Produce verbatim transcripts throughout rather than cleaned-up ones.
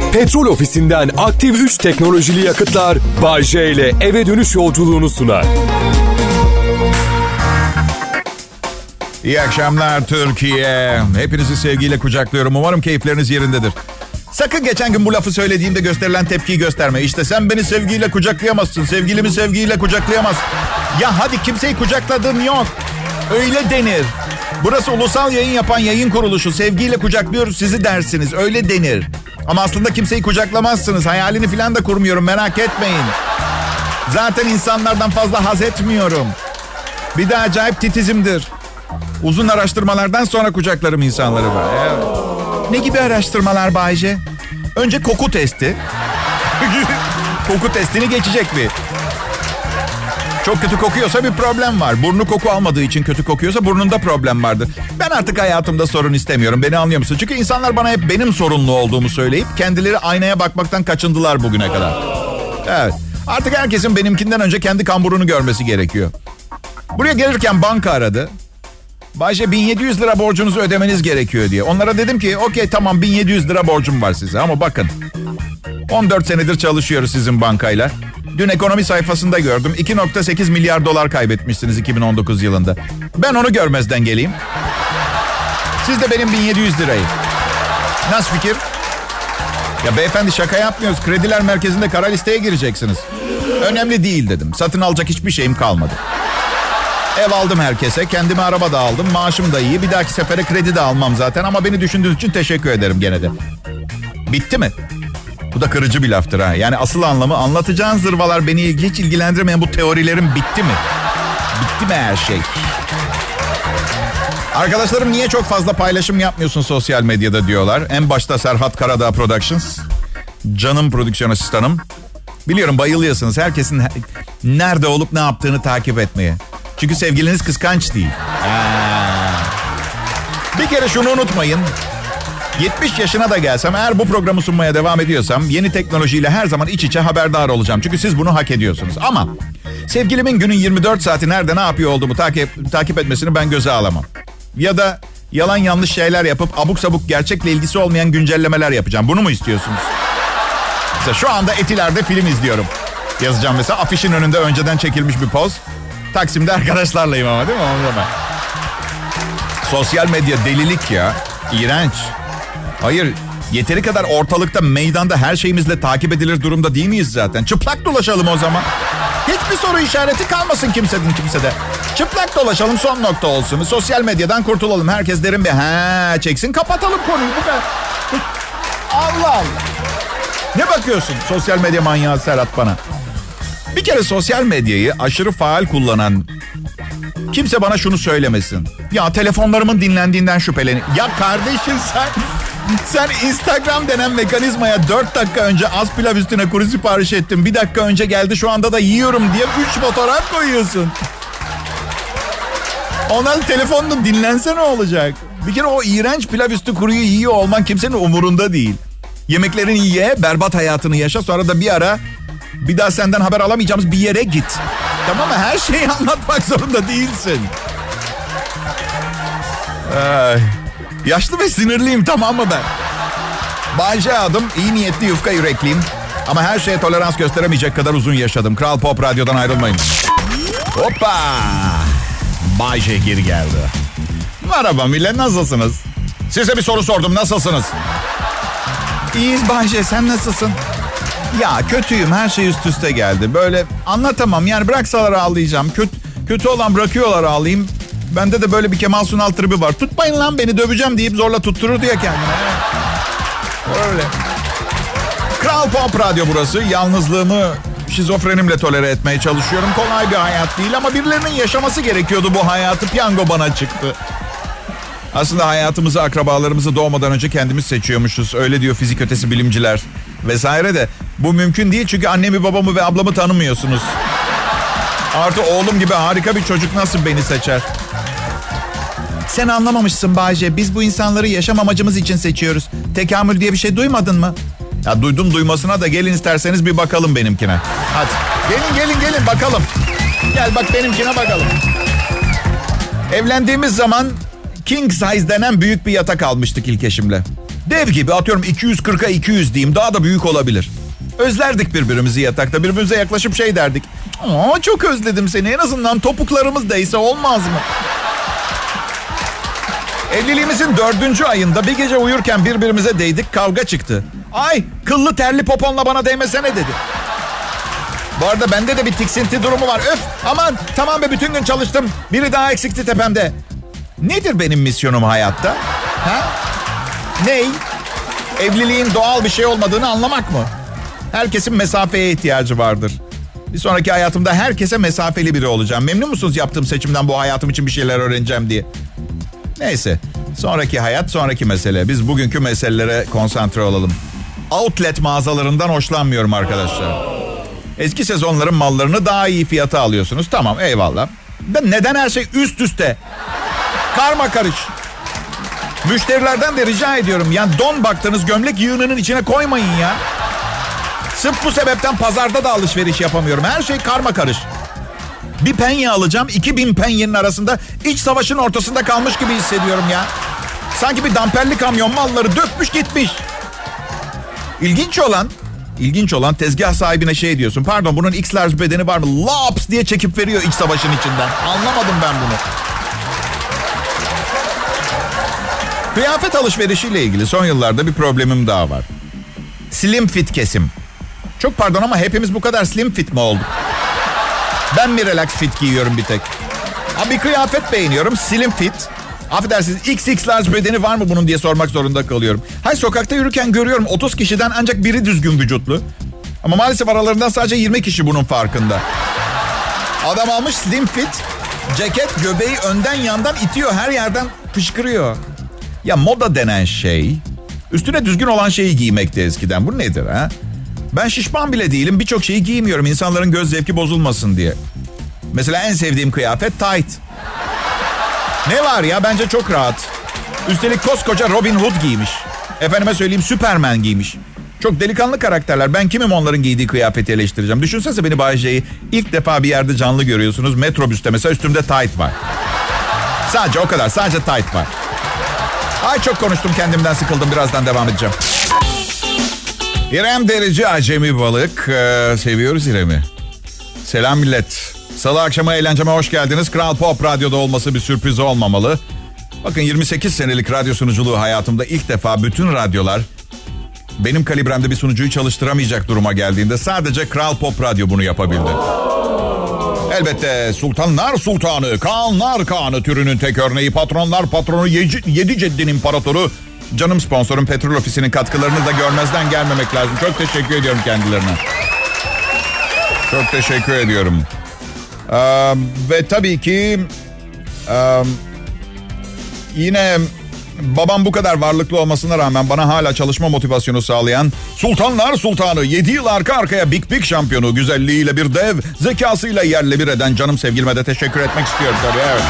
Petrol Ofisi'nden aktif üç teknolojili yakıtlar Bay J ile eve dönüş yolculuğunu sunar. İyi akşamlar Türkiye. Hepinizi sevgiyle kucaklıyorum. Umarım keyifleriniz yerindedir. Sakın geçen gün bu lafı söylediğimde gösterilen tepkiyi gösterme. İşte sen beni sevgiyle kucaklayamazsın. Sevgilimi sevgiyle kucaklayamazsın. Ya hadi kimseyi kucakladığım yok. Öyle denir. Burası ulusal yayın yapan yayın kuruluşu. Sevgiyle kucaklıyoruz sizi dersiniz. Öyle denir. Ama aslında kimseyi kucaklamazsınız. Hayalini falan da kurmuyorum, merak etmeyin. Zaten insanlardan fazla haz etmiyorum. Bir de acayip titizimdir. Uzun araştırmalardan sonra kucaklarım insanları var. Evet. Ne gibi araştırmalar Bayce? Önce koku testi. Koku testini geçecek mi? Çok kötü kokuyorsa bir problem var. Burnu koku almadığı için kötü kokuyorsa burnunda problem vardır. Ben artık hayatımda sorun istemiyorum. Beni anlıyor musun? Çünkü insanlar bana hep benim sorunlu olduğumu söyleyip kendileri aynaya bakmaktan kaçındılar bugüne kadar. Evet. Artık herkesin benimkinden önce kendi kamburunu görmesi gerekiyor. Buraya gelirken banka aradı. Bayşe bin yedi yüz lira borcunuzu ödemeniz gerekiyor diye. Onlara dedim ki okey tamam bin yedi yüz lira borcum var size ama bakın. on dört senedir çalışıyoruz sizin bankayla. Dün ekonomi sayfasında gördüm. iki virgül sekiz milyar dolar kaybetmişsiniz iki bin on dokuz yılında. Ben onu görmezden geleyim. Siz de benim bin yedi yüz lirayı. Nasıl fikir? Ya beyefendi şaka yapmıyoruz. Krediler merkezinde kara listeye gireceksiniz. Önemli değil dedim. Satın alacak hiçbir şeyim kalmadı. Ev aldım herkese. Kendime araba da aldım. Maaşım da iyi. Bir dahaki sefere kredi de almam zaten. Ama beni düşündüğünüz için teşekkür ederim gene de. Bitti mi? Bu da kırıcı bir laftır ha. Yani asıl anlamı anlatacağın zırvalar beni hiç ilgilendirmeyen bu teorilerim bitti mi? Bitti mi her şey? Arkadaşlarım niye çok fazla paylaşım yapmıyorsun sosyal medyada diyorlar. En başta Serhat Karadağ Productions. Canım prodüksiyon asistanım. Biliyorum bayılıyorsunuz. Herkesin nerede olup ne yaptığını takip etmeye. Çünkü sevgiliniz kıskanç değil. Aa. Bir kere şunu unutmayın. yetmiş yaşına da gelsem eğer bu programı sunmaya devam ediyorsam yeni teknolojiyle her zaman iç içe haberdar olacağım. Çünkü siz bunu hak ediyorsunuz. Ama sevgilimin günün yirmi dört saati nerede ne yapıyor olduğumu takip, takip etmesini ben göze alamam. Ya da yalan yanlış şeyler yapıp abuk sabuk gerçekle ilgisi olmayan güncellemeler yapacağım. Bunu mu istiyorsunuz? Mesela şu anda Etiler'de film izliyorum. Yazacağım mesela afişin önünde önceden çekilmiş bir poz. Taksim'de arkadaşlarlayım ama değil mi? Ama. Sosyal medya delilik ya. İğrenç. Hayır, yeteri kadar ortalıkta, meydanda her şeyimizle takip edilir durumda değil miyiz zaten? Çıplak dolaşalım o zaman. Hiçbir soru işareti kalmasın kimsenin kimsede. Çıplak dolaşalım, son nokta olsun. Sosyal medyadan kurtulalım. Herkes derin bir ha çeksin, kapatalım konuyu. Bu kadar. Allah Allah. Ne bakıyorsun sosyal medya manyağı Serhat bana? Bir kere sosyal medyayı aşırı faal kullanan kimse bana şunu söylemesin. Ya telefonlarımın dinlendiğinden şüpheleniyorum. Ya kardeşim sen... Sen Instagram denen mekanizmaya dört dakika önce az pilav üstüne kuru sipariş ettim. Bir dakika önce geldi şu anda da yiyorum diye üç fotoğraf koyuyorsun. Ondan telefonun dinlense ne olacak? Bir kere o iğrenç pilav üstü kuruyu yiyor olman kimsenin umurunda değil. Yemeklerini ye, berbat hayatını yaşa, sonra da bir ara bir daha senden haber alamayacağımız bir yere git. Tamam mı? Her şeyi anlatmak zorunda değilsin. Ay. Yaşlı ve sinirliyim, tamam mı ben? Bayce adım, iyi niyetli yufka yürekliyim. Ama her şeye tolerans gösteremeyecek kadar uzun yaşadım. Kral Pop Radyo'dan ayrılmayın. Hoppa! Bayce geri geldi. Merhaba millet, nasılsınız? Size bir soru sordum, nasılsınız? İyiyiz Bayce, sen nasılsın? Ya kötüyüm, her şey üst üste geldi. Böyle anlatamam, yani bıraksalar ağlayacağım. Kötü, kötü olan bırakıyorlar ağlayayım. Bende de böyle bir Kemal Sunal tribi var. Tutmayın lan beni, döveceğim deyip zorla tutturur diye kendine. Öyle. Kral Pop Radyo burası. Yalnızlığımı şizofrenimle tolere etmeye çalışıyorum. Kolay bir hayat değil ama birilerinin yaşaması gerekiyordu bu hayatı. Piyango bana çıktı. Aslında hayatımızı, akrabalarımızı doğmadan önce kendimiz seçiyormuşuz. Öyle diyor fizik ötesi bilimciler vesaire de. Bu mümkün değil çünkü annemi, babamı ve ablamı tanımıyorsunuz. Artı oğlum gibi harika bir çocuk nasıl beni seçer? Sen anlamamışsın Bayce. Biz bu insanları yaşam amacımız için seçiyoruz. Tekamül diye bir şey duymadın mı? Ya duydum duymasına da gelin isterseniz bir bakalım benimkine. Hadi gelin gelin gelin bakalım. Gel bak benimkine bakalım. Evlendiğimiz zaman king size denen büyük bir yatak almıştık ilk eşimle. Dev gibi, atıyorum iki yüz kırka iki yüz diyeyim, daha da büyük olabilir. Özlerdik birbirimizi yatakta. Birbirimize yaklaşıp şey derdik. Aa, çok özledim seni. En azından topuklarımız değse olmaz mı? Evliliğimizin dördüncü ayında bir gece uyurken birbirimize değdik, kavga çıktı. Ay, kıllı terli poponla bana değmesene dedi. Bu arada bende de bir tiksinti durumu var. Öf, aman tamam be, bütün gün çalıştım. Biri daha eksikti tepemde. Nedir benim misyonum hayatta? Ha? Ney? Evliliğin doğal bir şey olmadığını anlamak mı? Herkesin mesafeye ihtiyacı vardır. Bir sonraki hayatımda herkese mesafeli biri olacağım. Memnun musunuz yaptığım seçimden, bu hayatım için bir şeyler öğreneceğim diye? Neyse, sonraki hayat sonraki mesele. Biz bugünkü meselelere konsantre olalım. Outlet mağazalarından hoşlanmıyorum arkadaşlar. Eski sezonların mallarını daha iyi fiyata alıyorsunuz. Tamam, eyvallah. Da neden her şey üst üste? Karma karış. Müşterilerden de rica ediyorum. Yani don baktığınız gömlek yığınının içine koymayın ya. Sırf bu sebepten pazarda da alışveriş yapamıyorum. Her şey karma karış. Bir penye alacağım, iki bin penyenin arasında iç savaşın ortasında kalmış gibi hissediyorum ya. Sanki bir damperli kamyon malları dökmüş gitmiş. İlginç olan, ilginç olan tezgah sahibine şey diyorsun. Pardon, bunun X large bedeni var mı? Laps diye çekip veriyor iç savaşın içinden. Anlamadım ben bunu. Kıyafet alışverişiyle ilgili son yıllarda bir problemim daha var. Slim fit kesim. Çok pardon ama hepimiz bu kadar slim fit mi olduk? Ben mi relax fit giyiyorum bir tek? Abi bir kıyafet beğeniyorum, slim fit. Affedersiniz, X X large bedeni var mı bunun diye sormak zorunda kalıyorum. Hayır, sokakta yürürken görüyorum otuz kişiden ancak biri düzgün vücutlu. Ama maalesef aralarından sadece yirmi kişi bunun farkında. Adam almış slim fit, ceket göbeği önden yandan itiyor, her yerden fışkırıyor. Ya moda denen şey, üstüne düzgün olan şeyi giymekti eskiden. Bu nedir ha? Ben şişman bile değilim, birçok şeyi giymiyorum insanların göz zevki bozulmasın diye. Mesela en sevdiğim kıyafet tight. Ne var ya, bence çok rahat. Üstelik koskoca Robin Hood giymiş. Efendime söyleyeyim, Superman giymiş. Çok delikanlı karakterler. Ben kimim onların giydiği kıyafeti eleştireceğim. Düşünsenize beni, Bay J'yi ilk defa bir yerde canlı görüyorsunuz. Metrobüste mesela, üstümde tight var. Sadece o kadar, sadece tight var. Ay çok konuştum, kendimden sıkıldım, birazdan devam edeceğim. İrem Derici acemi balık. Ee, seviyoruz İrem'i. Selam millet. Salı akşamı eğlenceme hoş geldiniz. Kral Pop Radyo'da olması bir sürpriz olmamalı. Bakın, yirmi sekiz senelik radyo sunuculuğu hayatımda ilk defa bütün radyolar benim kalibremde bir sunucuyu çalıştıramayacak duruma geldiğinde sadece Kral Pop Radyo bunu yapabildi. Elbette Sultanlar Sultanı, Kağanlar Kağanı türünün tek örneği, patronlar patronu, yedi, yedi ceddin imparatoru, canım sponsorum Petrol Ofisi'nin katkılarını da görmezden gelmemek lazım. Çok teşekkür ediyorum kendilerine. Çok teşekkür ediyorum. Ee, ve tabii ki e, yine babam bu kadar varlıklı olmasına rağmen bana hala çalışma motivasyonu sağlayan Sultanlar Sultanı, yedi yıl arka arkaya Big Big şampiyonu, güzelliğiyle bir dev, zekasıyla yerle bir eden canım sevgilime de teşekkür etmek istiyorum tabii. Evet.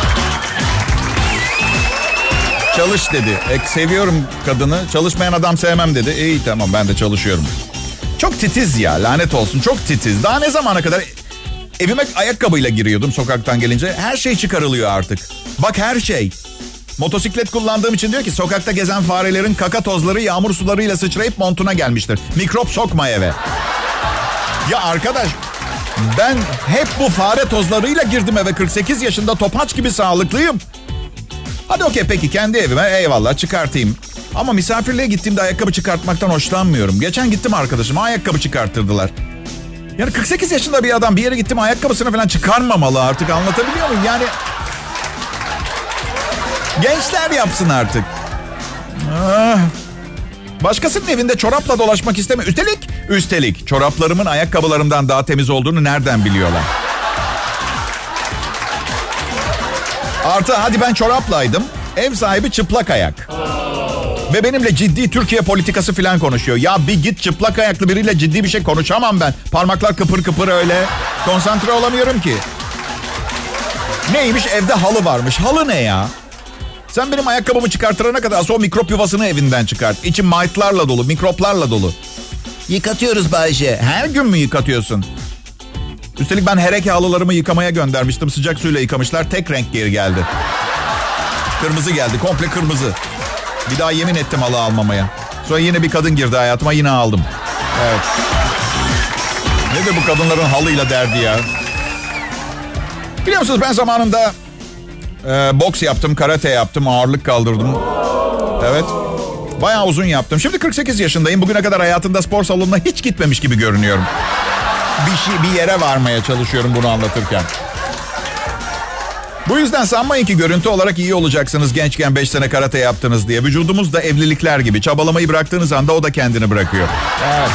Çalış dedi. E, seviyorum kadını. Çalışmayan adam sevmem dedi. E, iyi tamam, ben de çalışıyorum. Çok titiz ya, lanet olsun, çok titiz. Daha ne zamana kadar evime ayakkabıyla giriyordum sokaktan gelince. Her şey çıkarılıyor artık. Bak, her şey. Motosiklet kullandığım için diyor ki sokakta gezen farelerin kaka tozları yağmur sularıyla sıçrayıp montuna gelmiştir. Mikrop sokma eve. Ya arkadaş, ben hep bu fare tozlarıyla girdim eve. kırk sekiz yaşında topaç gibi sağlıklıyım. Hadi okey, peki kendi evime eyvallah çıkartayım. Ama misafirliğe gittiğimde ayakkabı çıkartmaktan hoşlanmıyorum. Geçen gittim arkadaşıma, ayakkabı çıkarttırdılar. Yani kırk sekiz yaşında bir adam bir yere gittim, ayakkabısını falan çıkarmamalı artık, anlatabiliyor muyum? Yani gençler yapsın artık. Ah. Başkasının evinde çorapla dolaşmak istemiyorum. Üstelik, üstelik çoraplarımın ayakkabılarımdan daha temiz olduğunu nereden biliyorlar? Artı hadi ben çoraplaydım, ev sahibi çıplak ayak. Ve benimle ciddi Türkiye politikası falan konuşuyor. Ya bir git, çıplak ayaklı biriyle ciddi bir şey konuşamam ben. Parmaklar kıpır kıpır öyle. Konsantre olamıyorum ki. Neymiş, evde halı varmış. Halı ne ya? Sen benim ayakkabımı çıkartırana kadar o mikrop yuvasını evinden çıkart. İçi mite'larla dolu, mikroplarla dolu. Yıkatıyoruz Bayce. Her gün mü yıkatıyorsun? Üstelik ben hereke halılarımı yıkamaya göndermiştim. Sıcak suyla yıkamışlar. Tek renk geri geldi. Kırmızı geldi. Komple kırmızı. Bir daha yemin ettim halı almamaya. Sonra yine bir kadın girdi hayatıma, yine aldım. Evet. Nedir bu kadınların halıyla derdi ya? Biliyor musunuz ben zamanında e, boks yaptım, karate yaptım, ağırlık kaldırdım. Evet. Bayağı uzun yaptım. Şimdi kırk sekiz yaşındayım. Bugüne kadar hayatımda spor salonuna hiç gitmemiş gibi görünüyorum. Bir şey, bir yere varmaya çalışıyorum bunu anlatırken. Bu yüzden sanmayın ki görüntü olarak iyi olacaksınız gençken beş sene karate yaptınız diye. Vücudumuz da evlilikler gibi. Çabalamayı bıraktığınız anda o da kendini bırakıyor. Evet.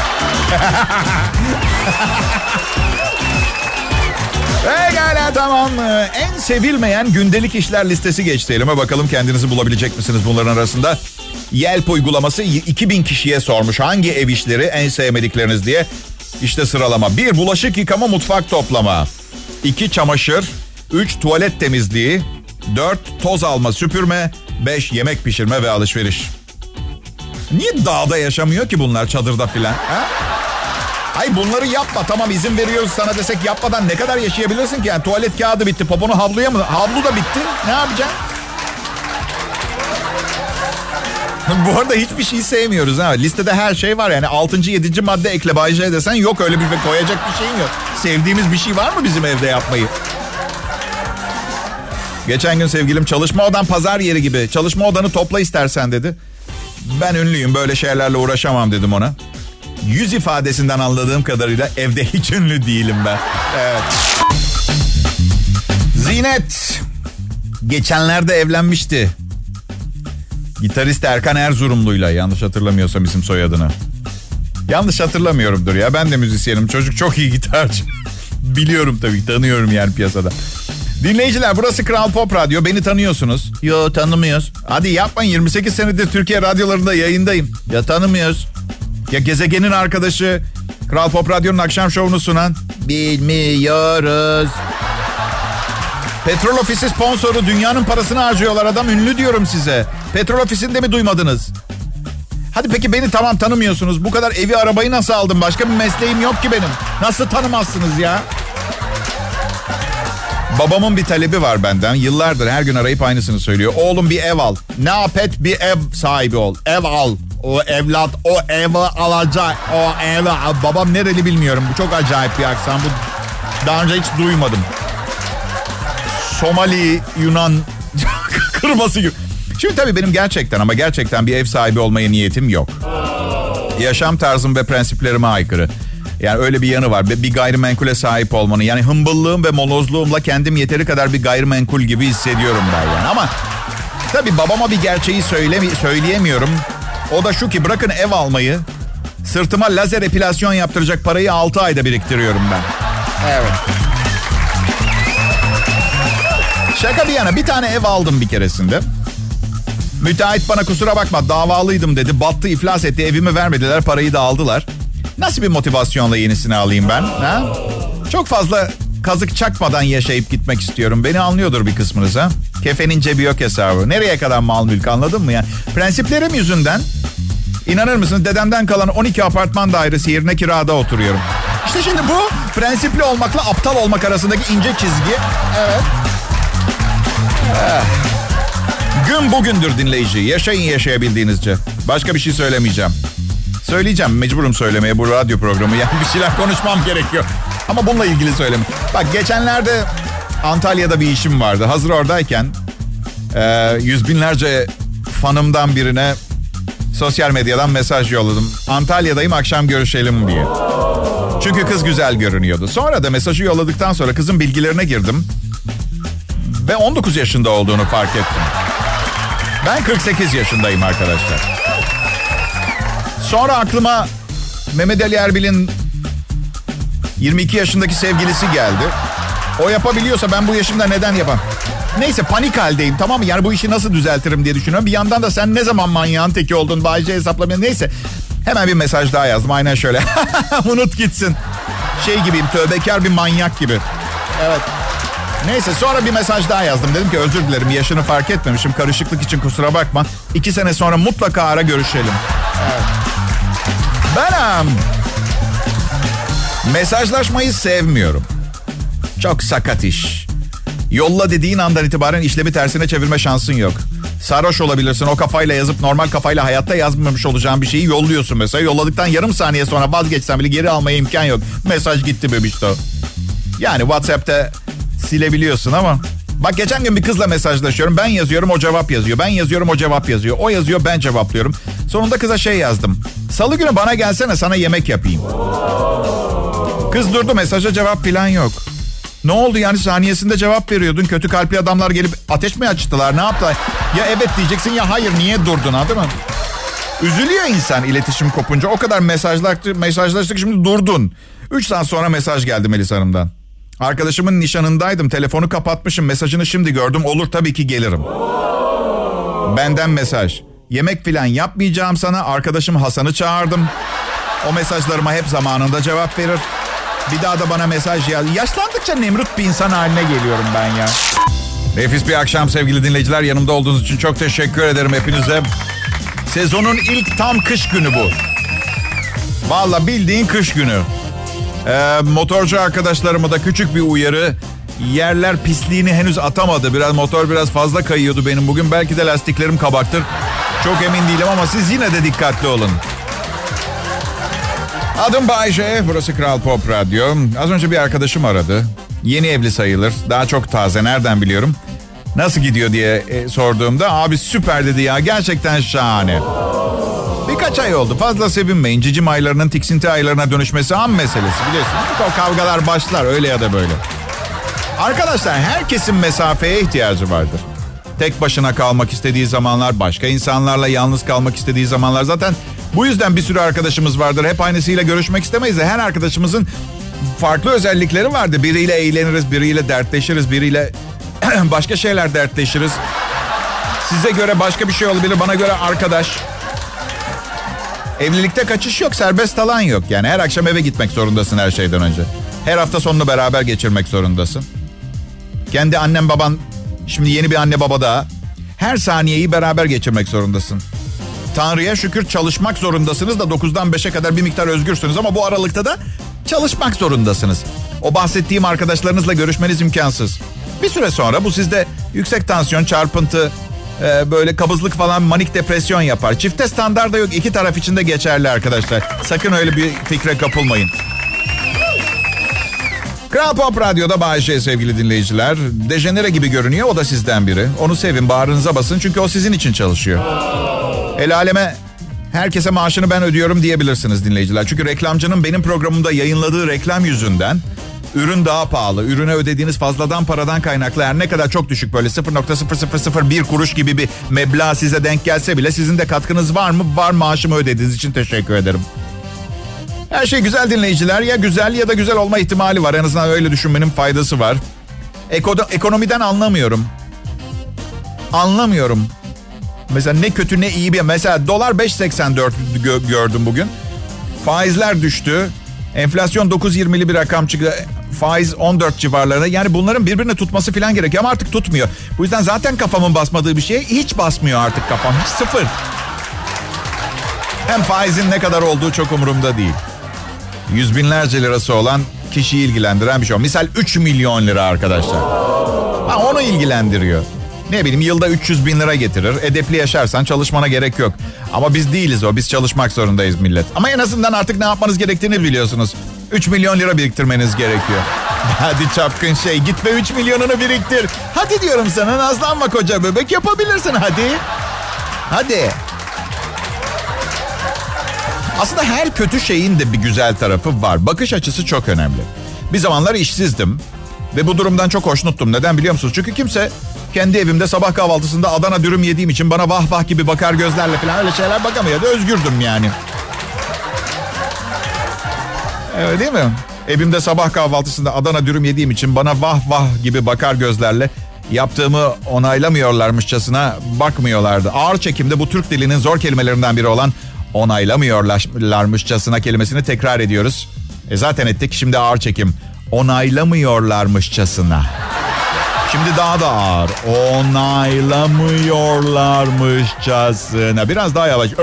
Pekala, tamam. En sevilmeyen gündelik işler listesi geçti elime. Bakalım kendinizi bulabilecek misiniz bunların arasında? Yelp uygulaması iki bin kişiye sormuş hangi ev işleri en sevmedikleriniz diye. İşte sıralama. bir Bulaşık yıkama, mutfak toplama. iki Çamaşır. üç Tuvalet temizliği. dört Toz alma, süpürme. beş Yemek pişirme ve alışveriş. Niye dağda yaşamıyor ki bunlar, çadırda filan? Ha? Ay bunları yapma, tamam izin veriyoruz sana desek yapmadan ne kadar yaşayabilirsin ki? Yani tuvalet kağıdı bitti, poponu havluya mı? Havlu da bitti, ne yapacaksın? Bu arada hiçbir şey sevmiyoruz ha. Listede her şey var yani. altıncı yedinci madde ekle Bay J desen yok, öyle bir koyacak bir şeyin yok. Sevdiğimiz bir şey var mı bizim evde yapmayı? Geçen gün sevgilim çalışma odan pazar yeri gibi. Çalışma odanı topla istersen dedi. Ben ünlüyüm, böyle şeylerle uğraşamam dedim ona. Yüz ifadesinden anladığım kadarıyla evde hiç ünlü değilim ben. Evet. Zinet geçenlerde evlenmişti. Gitarist Erkan Erzurumlu'yla, yanlış hatırlamıyorsam isim soyadını. Yanlış hatırlamıyorumdur ya, ben de müzisyenim. Çocuk çok iyi gitarcı. Biliyorum tabii, tanıyorum yani piyasada. Dinleyiciler, burası Kral Pop Radyo. Beni tanıyorsunuz. Yo, tanımıyoruz. Hadi yapmayın, yirmi sekiz senedir Türkiye radyolarında yayındayım. Ya tanımıyoruz. Ya gezegenin arkadaşı, Kral Pop Radyo'nun akşam şovunu sunan. Bilmiyoruz. Petrol Ofisi sponsoru, dünyanın parasını harcıyorlar, adam ünlü diyorum size. Petrol Ofisi'nde mi duymadınız? Hadi peki beni tamam tanımıyorsunuz. Bu kadar evi arabayı nasıl aldım? Başka bir mesleğim yok ki benim. Nasıl tanımazsınız ya? Babamın bir talebi var benden. Yıllardır her gün arayıp aynısını söylüyor. Oğlum bir ev al. Ne yap et, bir ev sahibi ol. Ev al. O evlat o evi alacak. O evi al. Babam nereli bilmiyorum. Bu çok acayip bir aksan. Bu daha önce hiç duymadım. Somali, Yunan kırması gibi. Şimdi tabii benim gerçekten ama gerçekten bir ev sahibi olmaya niyetim yok. Yaşam tarzım ve prensiplerime aykırı. Yani öyle bir yanı var. Bir gayrimenkule sahip olmanın. Yani hımbıllığım ve molozluğumla kendim yeteri kadar bir gayrimenkul gibi hissediyorum ben yani. Ama tabii babama bir gerçeği söylemi- söyleyemiyorum. O da şu ki, bırakın ev almayı, sırtıma lazer epilasyon yaptıracak parayı altı ayda biriktiriyorum ben. Evet. Şaka bir yana, bir tane ev aldım bir keresinde. Müteahhit bana kusura bakma davalıydım dedi. Battı, iflas etti, evimi vermediler, parayı da aldılar. Nasıl bir motivasyonla yenisini alayım ben? Ha? Çok fazla kazık çakmadan yaşayıp gitmek istiyorum. Beni anlıyordur bir kısmınız ha. Kefenin cebi yok hesabı. Nereye kadar mal mülk, anladın mı yani? Prensiplerim yüzünden, inanır mısınız, dedemden kalan on iki apartman dairesi yerine kirada oturuyorum. İşte şimdi bu prensipli olmakla aptal olmak arasındaki ince çizgi. Evet. Eh. Gün bugündür dinleyici. Yaşayın yaşayabildiğinizce. Başka bir şey söylemeyeceğim. Söyleyeceğim, mecburum söylemeye, bu radyo programı. Yani bir şeyler konuşmam gerekiyor. Ama bununla ilgili söyleme. Bak geçenlerde Antalya'da bir işim vardı. Hazır oradayken e, yüz binlerce fanımdan birine sosyal medyadan mesaj yolladım. Antalya'dayım, akşam görüşelim diye. Çünkü kız güzel görünüyordu. Sonra da mesajı yolladıktan sonra kızın bilgilerine girdim. Ve on dokuz yaşında olduğunu fark ettim. Ben kırk sekiz yaşındayım arkadaşlar. Sonra aklıma Mehmet Ali Erbil'in yirmi iki yaşındaki sevgilisi geldi. O yapabiliyorsa ben bu yaşımda neden yapamam? Neyse, panik haldeyim, tamam mı? Yani bu işi nasıl düzeltirim diye düşünüyorum. Bir yandan da sen ne zaman manyağın teki oldun, Bay J hesaplamaya. Neyse, hemen bir mesaj daha yazdım. Aynen şöyle. Unut gitsin. Şey gibiyim, tövbekar bir manyak gibi. Evet. Neyse, sonra bir mesaj daha yazdım. Dedim ki özür dilerim, yaşını fark etmemişim. Karışıklık için kusura bakma. İki sene sonra mutlaka ara, görüşelim. Evet. Ben mesajlaşmayı sevmiyorum. Çok sakat iş. Yolla dediğin andan itibaren işlemi tersine çevirme şansın yok. Sarhoş olabilirsin. O kafayla yazıp normal kafayla hayatta yazmamış olacağın bir şeyi yolluyorsun mesela. Yolladıktan yarım saniye sonra vazgeçsen bile geri almaya imkan yok. Mesaj gitti bebişto. Yani WhatsApp'ta silebiliyorsun ama... Bak geçen gün bir kızla mesajlaşıyorum. Ben yazıyorum, o cevap yazıyor. Ben yazıyorum, o cevap yazıyor. O yazıyor, ben cevaplıyorum. Sonunda kıza şey yazdım. Salı günü bana gelsene, sana yemek yapayım. Kız durdu, mesaja cevap falan yok. Ne oldu yani, saniyesinde cevap veriyordun. Kötü kalpli adamlar gelip ateş mi açtılar, ne yaptılar? Ya evet diyeceksin ya hayır, niye durdun, ha değil mi? Üzülüyor insan iletişim kopunca. O kadar mesajlaştık, mesajlaştık şimdi durdun. Üç saat sonra mesaj geldi Melis Hanım'dan. Arkadaşımın nişanındaydım, telefonu kapatmışım, mesajını şimdi gördüm, olur tabii ki gelirim. Benden mesaj. Yemek filan yapmayacağım sana, arkadaşım Hasan'ı çağırdım. O mesajlarıma hep zamanında cevap verir. Bir daha da bana mesaj yaz. Yaşlandıkça Nemrut bir insan haline geliyorum ben ya. Nefis bir akşam sevgili dinleyiciler. Yanımda olduğunuz için çok teşekkür ederim hepinize. Sezonun ilk tam kış günü bu. Vallahi bildiğin kış günü. Ee, motorcu arkadaşlarıma da küçük bir uyarı. Yerler pisliğini henüz atamadı. Biraz motor biraz fazla kayıyordu benim bugün. Belki de lastiklerim kabaktır. Çok emin değilim ama siz yine de dikkatli olun. Adım Bay J, burası Kral Pop Radyo. Az önce bir arkadaşım aradı. Yeni evli sayılır. Daha çok taze, nereden biliyorum. Nasıl gidiyor diye e, sorduğumda abi süper dedi ya, gerçekten şahane. Birkaç ay oldu, fazla sevinmeyin. Cicim aylarının tiksinti aylarına dönüşmesi an meselesi, biliyorsunuz. O kavgalar başlar öyle ya da böyle. Arkadaşlar herkesin mesafeye ihtiyacı vardır. Tek başına kalmak istediği zamanlar, başka insanlarla yalnız kalmak istediği zamanlar. Zaten bu yüzden bir sürü arkadaşımız vardır. Hep aynısıyla görüşmek istemeyiz de her arkadaşımızın farklı özellikleri vardır. Biriyle eğleniriz, biriyle dertleşiriz, biriyle başka şeyler dertleşiriz. Size göre başka bir şey olabilir, bana göre arkadaş. Evlilikte kaçış yok, serbest alan yok. Yani her akşam eve gitmek zorundasın her şeyden önce. Her hafta sonunu beraber geçirmek zorundasın. Kendi annen baban, şimdi yeni bir anne baba daha. Her saniyeyi beraber geçirmek zorundasın. Tanrı'ya şükür çalışmak zorundasınız da dokuzdan beşe kadar bir miktar özgürsünüz. Ama bu aralıkta da çalışmak zorundasınız. O bahsettiğim arkadaşlarınızla görüşmeniz imkansız. Bir süre sonra bu sizde yüksek tansiyon, çarpıntı, e, böyle kabızlık falan, manik depresyon yapar. Çifte standarda yok, iki taraf için de geçerli arkadaşlar. Sakın öyle bir fikre kapılmayın. Kral Pop Radyo'da Bay J sevgili dinleyiciler. Dejenere gibi görünüyor, o da sizden biri. Onu sevin, bağrınıza basın çünkü o sizin için çalışıyor. El aleme herkese maaşını ben ödüyorum diyebilirsiniz dinleyiciler. Çünkü reklamcının benim programımda yayınladığı reklam yüzünden ürün daha pahalı. Ürüne ödediğiniz fazladan paradan kaynaklı her ne kadar çok düşük, böyle sıfır nokta sıfır sıfır sıfır bir kuruş gibi bir meblağ size denk gelse bile sizin de katkınız var mı? Var, maaşımı ödediğiniz için teşekkür ederim. Her şey güzel dinleyiciler. Ya güzel ya da güzel olma ihtimali var. En azından öyle düşünmenin faydası var. Eko- ekonomiden anlamıyorum. Anlamıyorum. Mesela ne kötü ne iyi bir... Mesela dolar beş seksen dört gö- gördüm bugün. Faizler düştü. Enflasyon dokuz yirmili bir rakam çıktı. Faiz on dört civarlarında. Yani bunların birbirini tutması falan gerekiyor ama artık tutmuyor. Bu yüzden zaten kafamın basmadığı bir şeye hiç basmıyor artık kafam. Hiç sıfır. Hem faizin ne kadar olduğu çok umurumda değil. Yüz binlerce lirası olan kişiyi ilgilendiren bir şey o. Misal üç milyon lira arkadaşlar. Ha, onu ilgilendiriyor. Ne bileyim, yılda üç yüz bin lira getirir. Edepli yaşarsan çalışmana gerek yok. Ama biz değiliz o. Biz çalışmak zorundayız millet. Ama en azından artık ne yapmanız gerektiğini biliyorsunuz. üç milyon lira biriktirmeniz gerekiyor. Hadi çapkın şey, git ve üç milyonunu biriktir. Hadi diyorum sana, nazlanma koca bebek, yapabilirsin hadi. Hadi. Aslında her kötü şeyin de bir güzel tarafı var. Bakış açısı çok önemli. Bir zamanlar işsizdim. Ve bu durumdan çok hoşnuttum. Neden biliyor musunuz? Çünkü kimse kendi evimde sabah kahvaltısında Adana dürüm yediğim için bana vah vah gibi bakar gözlerle falan öyle şeyler bakamıyordu. Özgürdüm yani. Evet, değil mi? Evimde sabah kahvaltısında Adana dürüm yediğim için bana vah vah gibi bakar gözlerle yaptığımı onaylamıyorlarmışçasına bakmıyorlardı. Ağır çekimde bu Türk dilinin zor kelimelerinden biri olan onaylamıyorlarmışçasına kelimesini tekrar ediyoruz. E zaten ettik, şimdi ağır çekim. Onaylamıyorlarmışçasına. Şimdi daha da ağır. Onaylamıyorlarmışçasına. Biraz daha yavaş.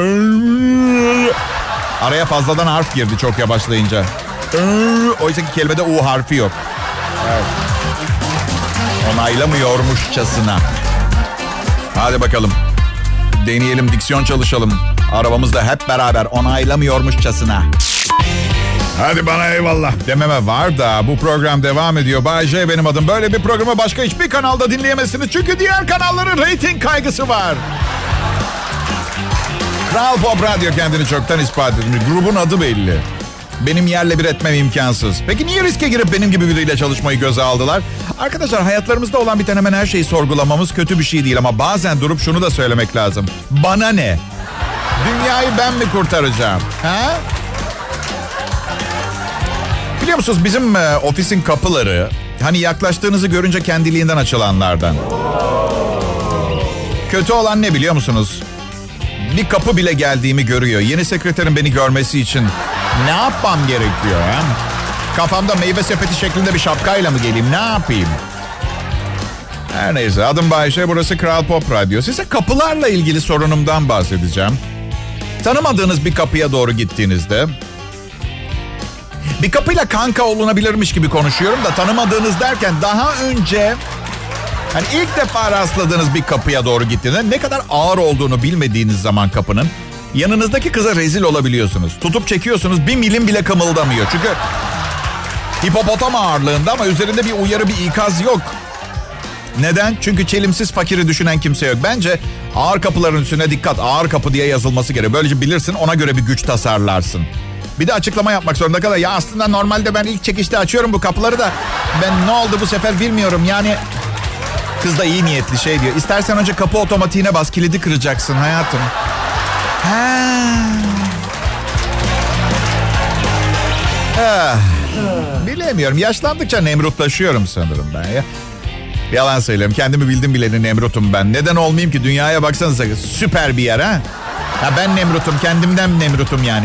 Araya fazladan harf girdi çok yavaşlayınca. Oysa ki kelimede U harfi yok. Evet. Onaylamıyormuşçasına. Hadi bakalım. Deneyelim, diksiyon çalışalım. Arabamızda hep beraber onaylamıyormuşçasına. Hadi bana eyvallah dememe var da bu program devam ediyor. Bay J benim adım. Böyle bir programı başka hiçbir kanalda dinleyemezsiniz. Çünkü diğer kanalların reyting kaygısı var. Kral Pop Radyo kendini çoktan ispat etmiş. Grubun adı belli. Benim yerle bir etmem imkansız. Peki niye riske girip benim gibi biriyle çalışmayı göze aldılar? Arkadaşlar, hayatlarımızda olan biten hemen her şeyi sorgulamamız kötü bir şey değil. Ama bazen durup şunu da söylemek lazım. Bana ne? Dünyayı ben mi kurtaracağım? Ha? Biliyor musunuz bizim e, ofisin kapıları hani yaklaştığınızı görünce kendiliğinden açılanlardan. Kötü olan ne biliyor musunuz? Bir kapı bile geldiğimi görüyor. Yeni sekreterin beni görmesi için ne yapmam gerekiyor? Ha? Kafamda meyve sepeti şeklinde bir şapkayla mı geleyim? Ne yapayım? Her neyse, adım Bayşe, burası Kral Pop Radyo. Size kapılarla ilgili sorunumdan bahsedeceğim. Tanımadığınız bir kapıya doğru gittiğinizde... Bir kapıyla kanka olunabilirmiş gibi konuşuyorum da tanımadığınız derken daha önce... Hani ilk defa rastladığınız bir kapıya doğru gittiğinde ne kadar ağır olduğunu bilmediğiniz zaman kapının... Yanınızdaki kıza rezil olabiliyorsunuz. Tutup çekiyorsunuz, bir milim bile kımıldamıyor. Çünkü hipopotam ağırlığında ama üzerinde bir uyarı, bir ikaz yok. Neden? Çünkü çelimsiz fakiri düşünen kimse yok. Bence ağır kapıların üstüne dikkat, ağır kapı diye yazılması gerekiyor. Böylece bilirsin, ona göre bir güç tasarlarsın. Bir de açıklama yapmak zorunda kadar. Ya aslında normalde ben ilk çekişte açıyorum bu kapıları da ben ne oldu bu sefer bilmiyorum. Yani kız da iyi niyetli şey diyor. İstersen önce kapı otomatiğine bas, kilidi kıracaksın hayatım. Ha. Ah. Bilemiyorum. Yaşlandıkça nemrutlaşıyorum sanırım ben ya. Yalan söylüyorum. Kendimi bildim bileli nemrutum ben. Neden olmayayım ki? Dünyaya baksanıza, süper bir yer ha. Ha, ben nemrutum. Kendimden nemrutum yani.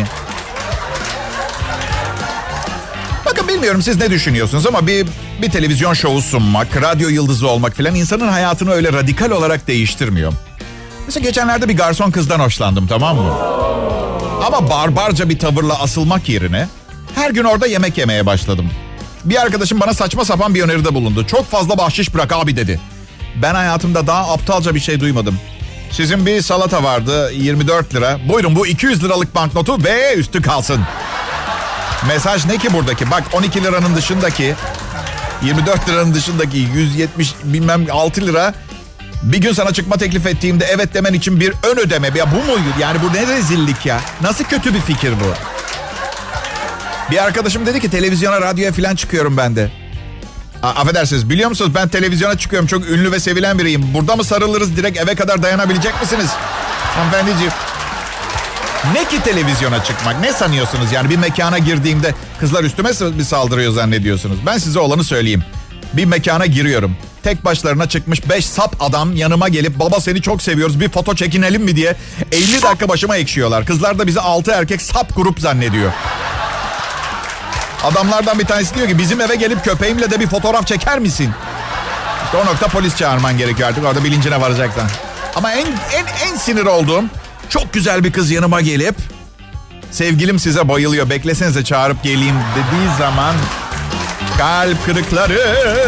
Bakın, bilmiyorum siz ne düşünüyorsunuz ama bir bir televizyon şovu sunmak, radyo yıldızı olmak filan insanın hayatını öyle radikal olarak değiştirmiyor. Mesela geçenlerde bir garson kızdan hoşlandım, tamam mı? Ama barbarca bir tavırla asılmak yerine her gün orada yemek yemeye başladım. Bir arkadaşım bana saçma sapan bir öneride bulundu. Çok fazla bahşiş bırak abi dedi. Ben hayatımda daha aptalca bir şey duymadım. Sizin bir salata vardı, yirmi dört lira. Buyurun, bu iki yüz liralık banknotu ve üstü kalsın. Mesaj ne ki buradaki? Bak, on iki liranın dışındaki, yirmi dört liranın dışındaki yüz yetmiş bilmem altı lira... Bir gün sana çıkma teklif ettiğimde evet demen için bir ön ödeme. Ya bu muydu? Yani bu ne rezillik ya? Nasıl kötü bir fikir bu? Bir arkadaşım dedi ki televizyona, radyoya falan çıkıyorum ben de. A- affedersiniz, biliyor musunuz ben televizyona çıkıyorum. Çok ünlü ve sevilen biriyim. Burada mı sarılırız, direkt eve kadar dayanabilecek misiniz? Hanımefendiciğim. Ne ki televizyona çıkmak? Ne sanıyorsunuz yani? Bir mekana girdiğimde kızlar üstüme mi saldırıyor zannediyorsunuz? Ben size olanı söyleyeyim. Bir mekana giriyorum. Tek başlarına çıkmış beş sap adam yanıma gelip baba seni çok seviyoruz, bir foto çekinelim mi diye elli dakika başıma ekşiyorlar. Kızlar da bizi altı erkek sap grup zannediyor. Adamlardan bir tanesi diyor ki bizim eve gelip köpeğimle de bir fotoğraf çeker misin? İşte o nokta polis çağırman gerekiyor artık, orada bilincine varacaksan. Ama en en en sinir olduğum, çok güzel bir kız yanıma gelip sevgilim size bayılıyor, beklesenize çağırıp geleyim dediği zaman kalp kırıkları.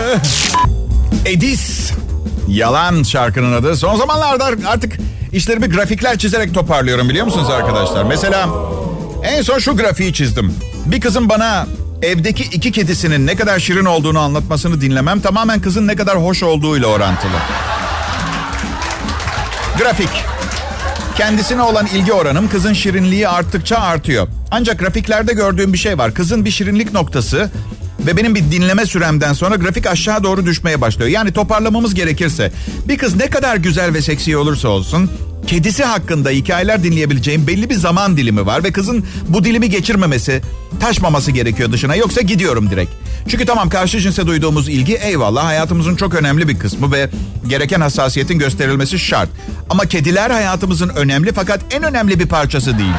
Edis. Yalan şarkının adı. Son zamanlarda artık işlerimi grafikler çizerek toparlıyorum, biliyor musunuz arkadaşlar? Mesela en son şu grafiği çizdim. Bir kızın bana evdeki iki kedisinin ne kadar şirin olduğunu anlatmasını dinlemem tamamen kızın ne kadar hoş olduğuyla orantılı. Grafik. Kendisine olan ilgi oranım kızın şirinliği arttıkça artıyor. Ancak grafiklerde gördüğüm bir şey var. Kızın bir şirinlik noktası ve benim bir dinleme süremden sonra grafik aşağı doğru düşmeye başlıyor. Yani toparlamamız gerekirse bir kız ne kadar güzel ve seksi olursa olsun kedisi hakkında hikayeler dinleyebileceğim belli bir zaman dilimi var ve kızın bu dilimi geçirmemesi, taşmaması gerekiyor dışına, yoksa gidiyorum direkt. Çünkü tamam, karşı cinse duyduğumuz ilgi eyvallah hayatımızın çok önemli bir kısmı ve gereken hassasiyetin gösterilmesi şart. Ama kediler hayatımızın önemli fakat en önemli bir parçası değil.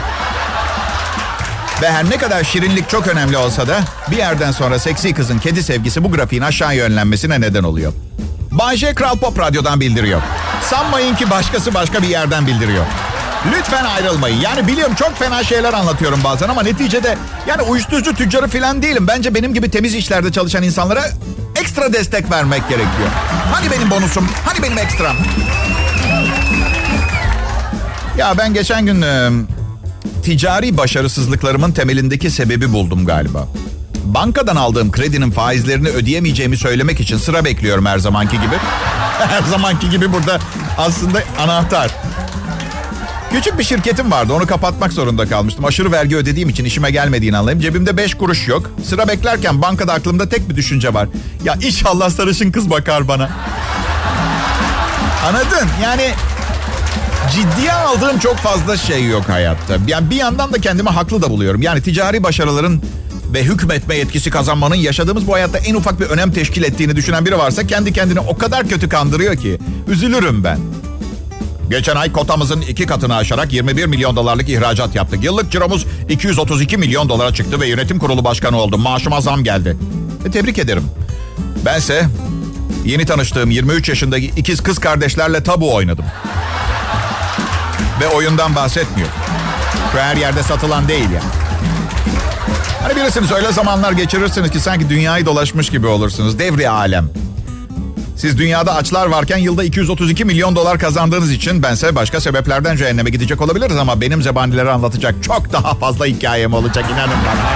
Ve her ne kadar şirinlik çok önemli olsa da bir yerden sonra seksi kızın kedi sevgisi bu grafiğin aşağı yönlenmesine neden oluyor. Bay J Kral Pop Radyo'dan bildiriyor. Sanmayın ki başkası başka bir yerden bildiriyor. Lütfen ayrılmayın. Yani biliyorum çok fena şeyler anlatıyorum bazen ama neticede yani uyuşturucu tüccarı falan değilim. Bence benim gibi temiz işlerde çalışan insanlara ekstra destek vermek gerekiyor. Hani benim bonusum? Hani benim ekstram? Ya ben geçen gün e, ticari başarısızlıklarımın temelindeki sebebi buldum galiba. Bankadan aldığım kredinin faizlerini ödeyemeyeceğimi söylemek için sıra bekliyorum her zamanki gibi. Her zamanki gibi burada aslında anahtar. Küçük bir şirketim vardı. Onu kapatmak zorunda kalmıştım. Aşırı vergi ödediğim için işime gelmediğini anlayayım. Cebimde beş kuruş yok. Sıra beklerken bankada aklımda tek bir düşünce var. Ya inşallah sarışın kız bakar bana. Anladın? Yani ciddiye aldığım çok fazla şey yok hayatta. Yani bir yandan da kendimi haklı da buluyorum. Yani ticari başarıların ve hükmetme yetkisi kazanmanın yaşadığımız bu hayatta en ufak bir önem teşkil ettiğini düşünen biri varsa kendi kendini o kadar kötü kandırıyor ki üzülürüm ben. Geçen ay kotamızın iki katını aşarak yirmi bir milyon dolarlık ihracat yaptık. Yıllık ciromuz iki yüz otuz iki milyon dolara çıktı ve yönetim kurulu başkanı oldum. Maaşıma zam geldi. E, tebrik ederim. Bense yeni tanıştığım yirmi üç yaşındaki ikiz kız kardeşlerle tabu oynadım. Ve oyundan bahsetmiyorum. Şu her yerde satılan değil yani. Hani bilirsiniz öyle zamanlar geçirirsiniz ki sanki dünyayı dolaşmış gibi olursunuz. Devri alem. Siz dünyada açlar varken yılda iki yüz otuz iki milyon dolar kazandığınız için bense başka sebeplerden cehenneme gidecek olabiliriz ama benim zebanileri anlatacak çok daha fazla hikayem olacak, inanın bana.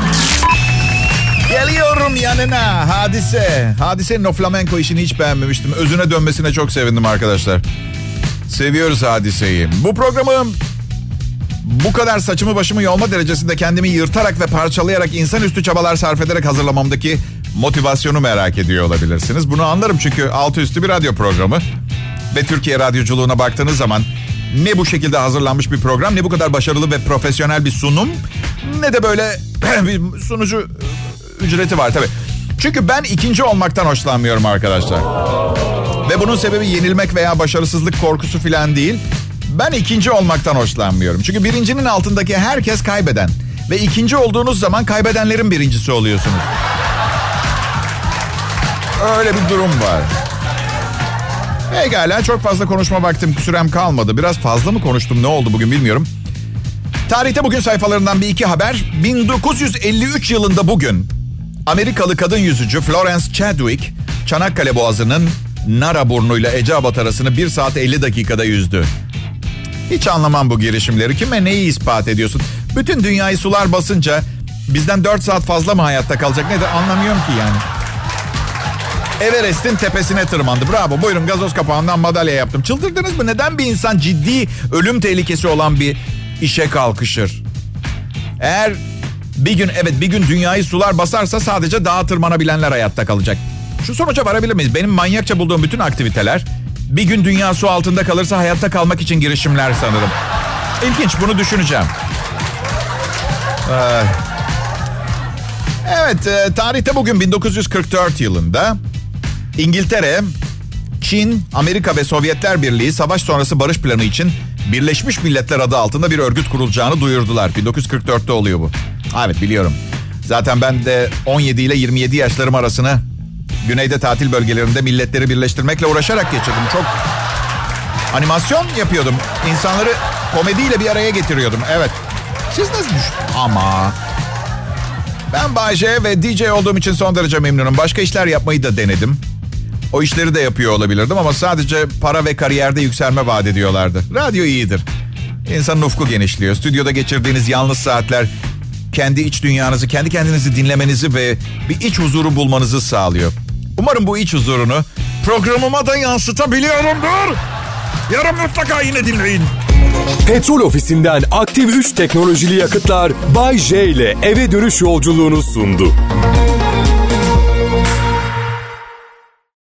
Geliyorum yanına Hadise. Hadise'nin o flamenko işini hiç beğenmemiştim. Özüne dönmesine çok sevindim arkadaşlar. Seviyoruz Hadise'yi. Bu programı bu kadar saçımı başımı yolma derecesinde kendimi yırtarak ve parçalayarak insanüstü çabalar sarf ederek hazırlamamdaki motivasyonu merak ediyor olabilirsiniz. Bunu anlarım çünkü altı üstü bir radyo programı. Ve Türkiye radyoculuğuna baktığınız zaman ne bu şekilde hazırlanmış bir program, ne bu kadar başarılı ve profesyonel bir sunum, ne de böyle bir sunucu ücreti var tabii. Çünkü ben ikinci olmaktan hoşlanmıyorum arkadaşlar. Ve bunun sebebi yenilmek veya başarısızlık korkusu falan değil. Ben ikinci olmaktan hoşlanmıyorum. Çünkü birincinin altındaki herkes kaybeden. Ve ikinci olduğunuz zaman kaybedenlerin birincisi oluyorsunuz. Öyle bir durum var. Pekala, çok fazla konuşma vaktim, sürem kalmadı. Biraz fazla mı konuştum, ne oldu bugün bilmiyorum. Tarihte bugün sayfalarından bir iki haber. bin dokuz yüz elli üç yılında bugün Amerikalı kadın yüzücü Florence Chadwick Çanakkale Boğazı'nın Naraburnu'yla Eceabat arasını bir saat elli dakikada yüzdü. Hiç anlamam bu girişimleri. Kime neyi ispat ediyorsun? Bütün dünyayı sular basınca bizden dört saat fazla mı hayatta kalacak? Nedir anlamıyorum ki yani. Everest'in tepesine tırmandı. Bravo, buyurun gazoz kapağından madalya yaptım. Çıldırdınız mı? Neden bir insan ciddi ölüm tehlikesi olan bir işe kalkışır? Eğer bir gün evet bir gün dünyayı sular basarsa sadece dağa tırmanabilenler hayatta kalacak. Şu sonuca varabilir miyiz? Benim manyakça bulduğum bütün aktiviteler bir gün dünya su altında kalırsa hayatta kalmak için girişimler sanırım. İlginç, bunu düşüneceğim. Ee, evet, e, tarihte bugün bin dokuz yüz kırk dört yılında İngiltere, Çin, Amerika ve Sovyetler Birliği savaş sonrası barış planı için Birleşmiş Milletler adı altında bir örgüt kurulacağını duyurdular. bin dokuz yüz kırk dörtte oluyor bu. Evet, biliyorum. Zaten ben de on yedi ile yirmi yedi yaşlarım arasını güneyde tatil bölgelerinde milletleri birleştirmekle uğraşarak geçirdim. Çok animasyon yapıyordum. İnsanları komediyle bir araya getiriyordum. Evet. Siz nasıl düşünüyorsunuz? Ama ben Bay J ve D J olduğum için son derece memnunum. Başka işler yapmayı da denedim. O işleri de yapıyor olabilirdim ama sadece para ve kariyerde yükselme vaat ediyorlardı. Radyo iyidir. İnsanın ufku genişliyor. Stüdyoda geçirdiğiniz yalnız saatler kendi iç dünyanızı, kendi kendinizi dinlemenizi ve bir iç huzuru bulmanızı sağlıyor. Umarım bu iç huzurunu programıma da yansıtabiliyorumdur. Yarın mutlaka yine dinleyin. Petrol Ofisi'nden aktif üç teknolojili yakıtlar Bay J ile eve dönüş yolculuğunu sundu.